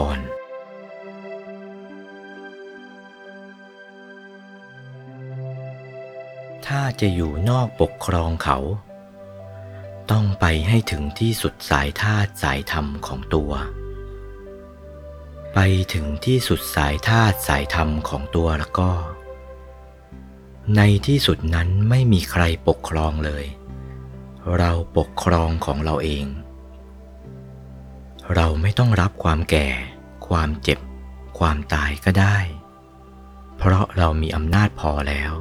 ก่อน ถ้าจะอยู่นอกปกครองเขาต้องไปให้ถึงที่สุดสายธาตุสายธรรมของตัวไปถึงที่สุดสายธาตุสายธรรมของตัวแล้วก็ในที่สุดนั้นไม่มีใครปกครองเลยเราปกครองของเราเองเราไม่ต้องรับความแก่ความเจ็บความตายก็ได้เพราะเรามีอำนาจพอแล้ว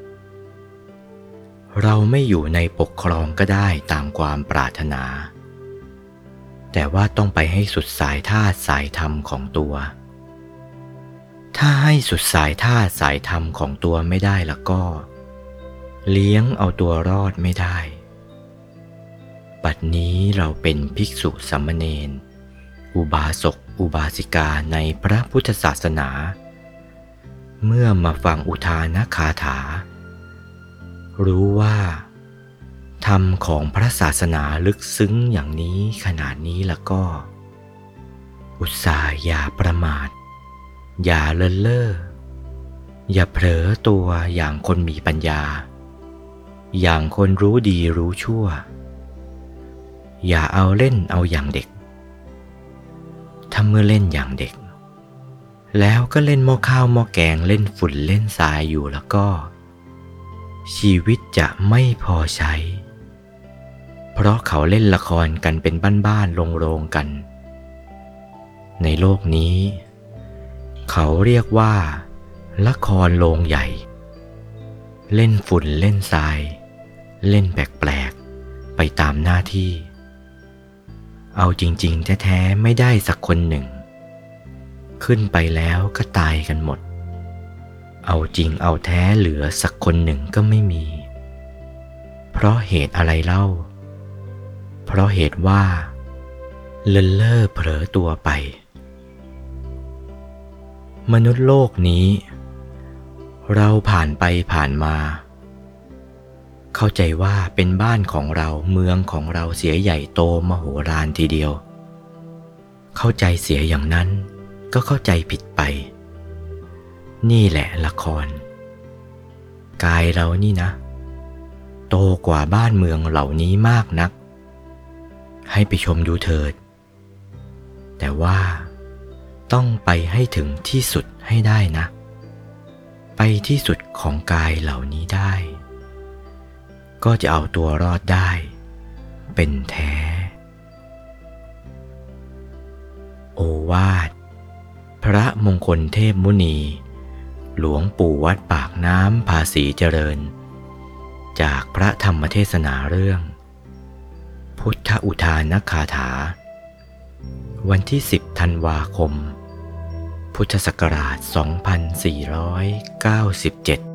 เราไม่อยู่ในปกครองก็ได้ตามความปรารถนาแต่ว่าต้องไปให้สุดสายธาตุสายธรรมของตัวถ้าให้สุดสายธาตุสายธรรมของตัวไม่ได้แล้วก็เลี้ยงเอาตัวรอดไม่ได้บัดนี้เราเป็นภิกษุสามเณรอุบาสกอุบาสิกาในพระพุทธศาสนาเมื่อมาฟังอุทานคาถารู้ว่าธรรมของพระศาสนาลึกซึ้งอย่างนี้ขนาดนี้แล้วก็อุตส่าห์อย่าประมาทอย่าเลินเล่ออย่าเผลอตัวอย่างคนมีปัญญาอย่างคนรู้ดีรู้ชั่วอย่าเอาเล่นเอาอย่างเด็กถ้าเมื่อเล่นอย่างเด็กแล้วก็เล่นหม้อข้าวหม้อแกงเล่นฝุ่นเล่นทรายอยู่แล้วก็ชีวิตจะไม่พอใช้เพราะเขาเล่นละครกันเป็นบ้านๆโรงๆกันในโลกนี้เขาเรียกว่าละครโรงใหญ่เล่นฝุ่นเล่นทรายเล่นแปลกๆไปตามหน้าที่เอาจริงๆแท้ๆไม่ได้สักคนหนึ่งขึ้นไปแล้วก็ตายกันหมดเอาจริงเอาแท้เหลือสักคนหนึ่งก็ไม่มีเพราะเหตุอะไรเล่าเพราะเหตุว่าเลินเล่อเผลอตัวไปมนุษย์โลกนี้เราผ่านไปผ่านมาเข้าใจว่าเป็นบ้านของเราเมืองของเราเสียใหญ่โตมโหฬารทีเดียวเข้าใจเสียอย่างนั้นก็เข้าใจผิดไปนี่แหละละครกายเรานี่นะโตกว่าบ้านเมืองเหล่านี้มากนักให้ไปชมดูเถิดแต่ว่าต้องไปให้ถึงที่สุดให้ได้นะไปที่สุดของกายเหล่านี้ได้ก็จะเอาตัวรอดได้เป็นแท้โอวาทพระมงคลเทพมุนีหลวงปู่วัดปากน้ำภาษีเจริญจากพระธรรมเทศนาเรื่องพุทธอุทานคาถาวันที่10 ธันวาคมพุทธศักราช 2497